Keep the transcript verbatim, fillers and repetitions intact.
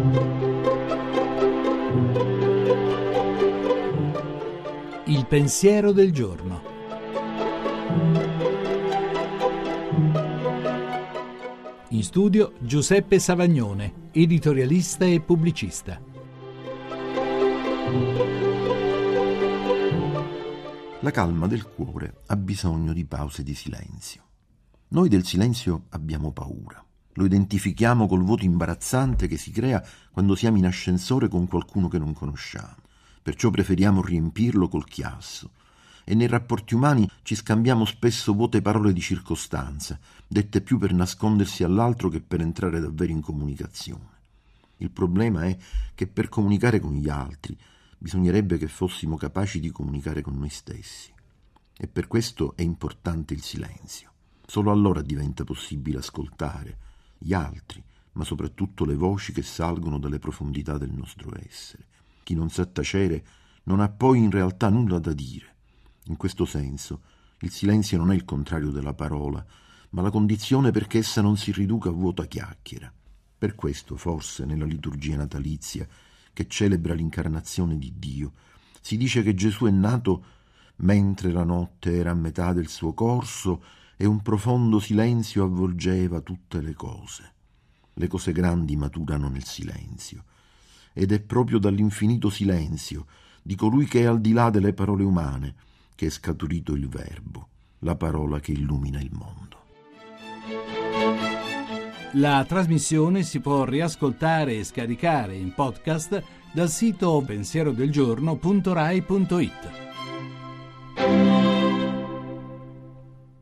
Il pensiero del giorno. In studio Giuseppe Savagnone, editorialista e pubblicista. La calma del cuore ha bisogno di pause di silenzio. Noi del silenzio abbiamo paura. Lo identifichiamo col vuoto imbarazzante che si crea quando siamo in ascensore con qualcuno che non conosciamo. Perciò preferiamo riempirlo col chiasso. E nei rapporti umani ci scambiamo spesso vuote parole di circostanza, dette più per nascondersi all'altro che per entrare davvero in comunicazione. Il problema è che per comunicare con gli altri bisognerebbe che fossimo capaci di comunicare con noi stessi. E per questo è importante il silenzio. Solo allora diventa possibile ascoltare gli altri, ma soprattutto le voci che salgono dalle profondità del nostro essere. Chi non sa tacere non ha poi in realtà nulla da dire. In questo senso, il silenzio non è il contrario della parola, ma la condizione perché essa non si riduca a vuota chiacchiera. Per questo, forse, nella liturgia natalizia, che celebra l'incarnazione di Dio, si dice che Gesù è nato mentre la notte era a metà del suo corso e un profondo silenzio avvolgeva tutte le cose. Le cose grandi maturano nel silenzio. Ed è proprio dall'infinito silenzio di colui che è al di là delle parole umane che è scaturito il Verbo, la parola che illumina il mondo. La trasmissione si può riascoltare e scaricare in podcast dal sito pensierodelgiorno punto rai punto it.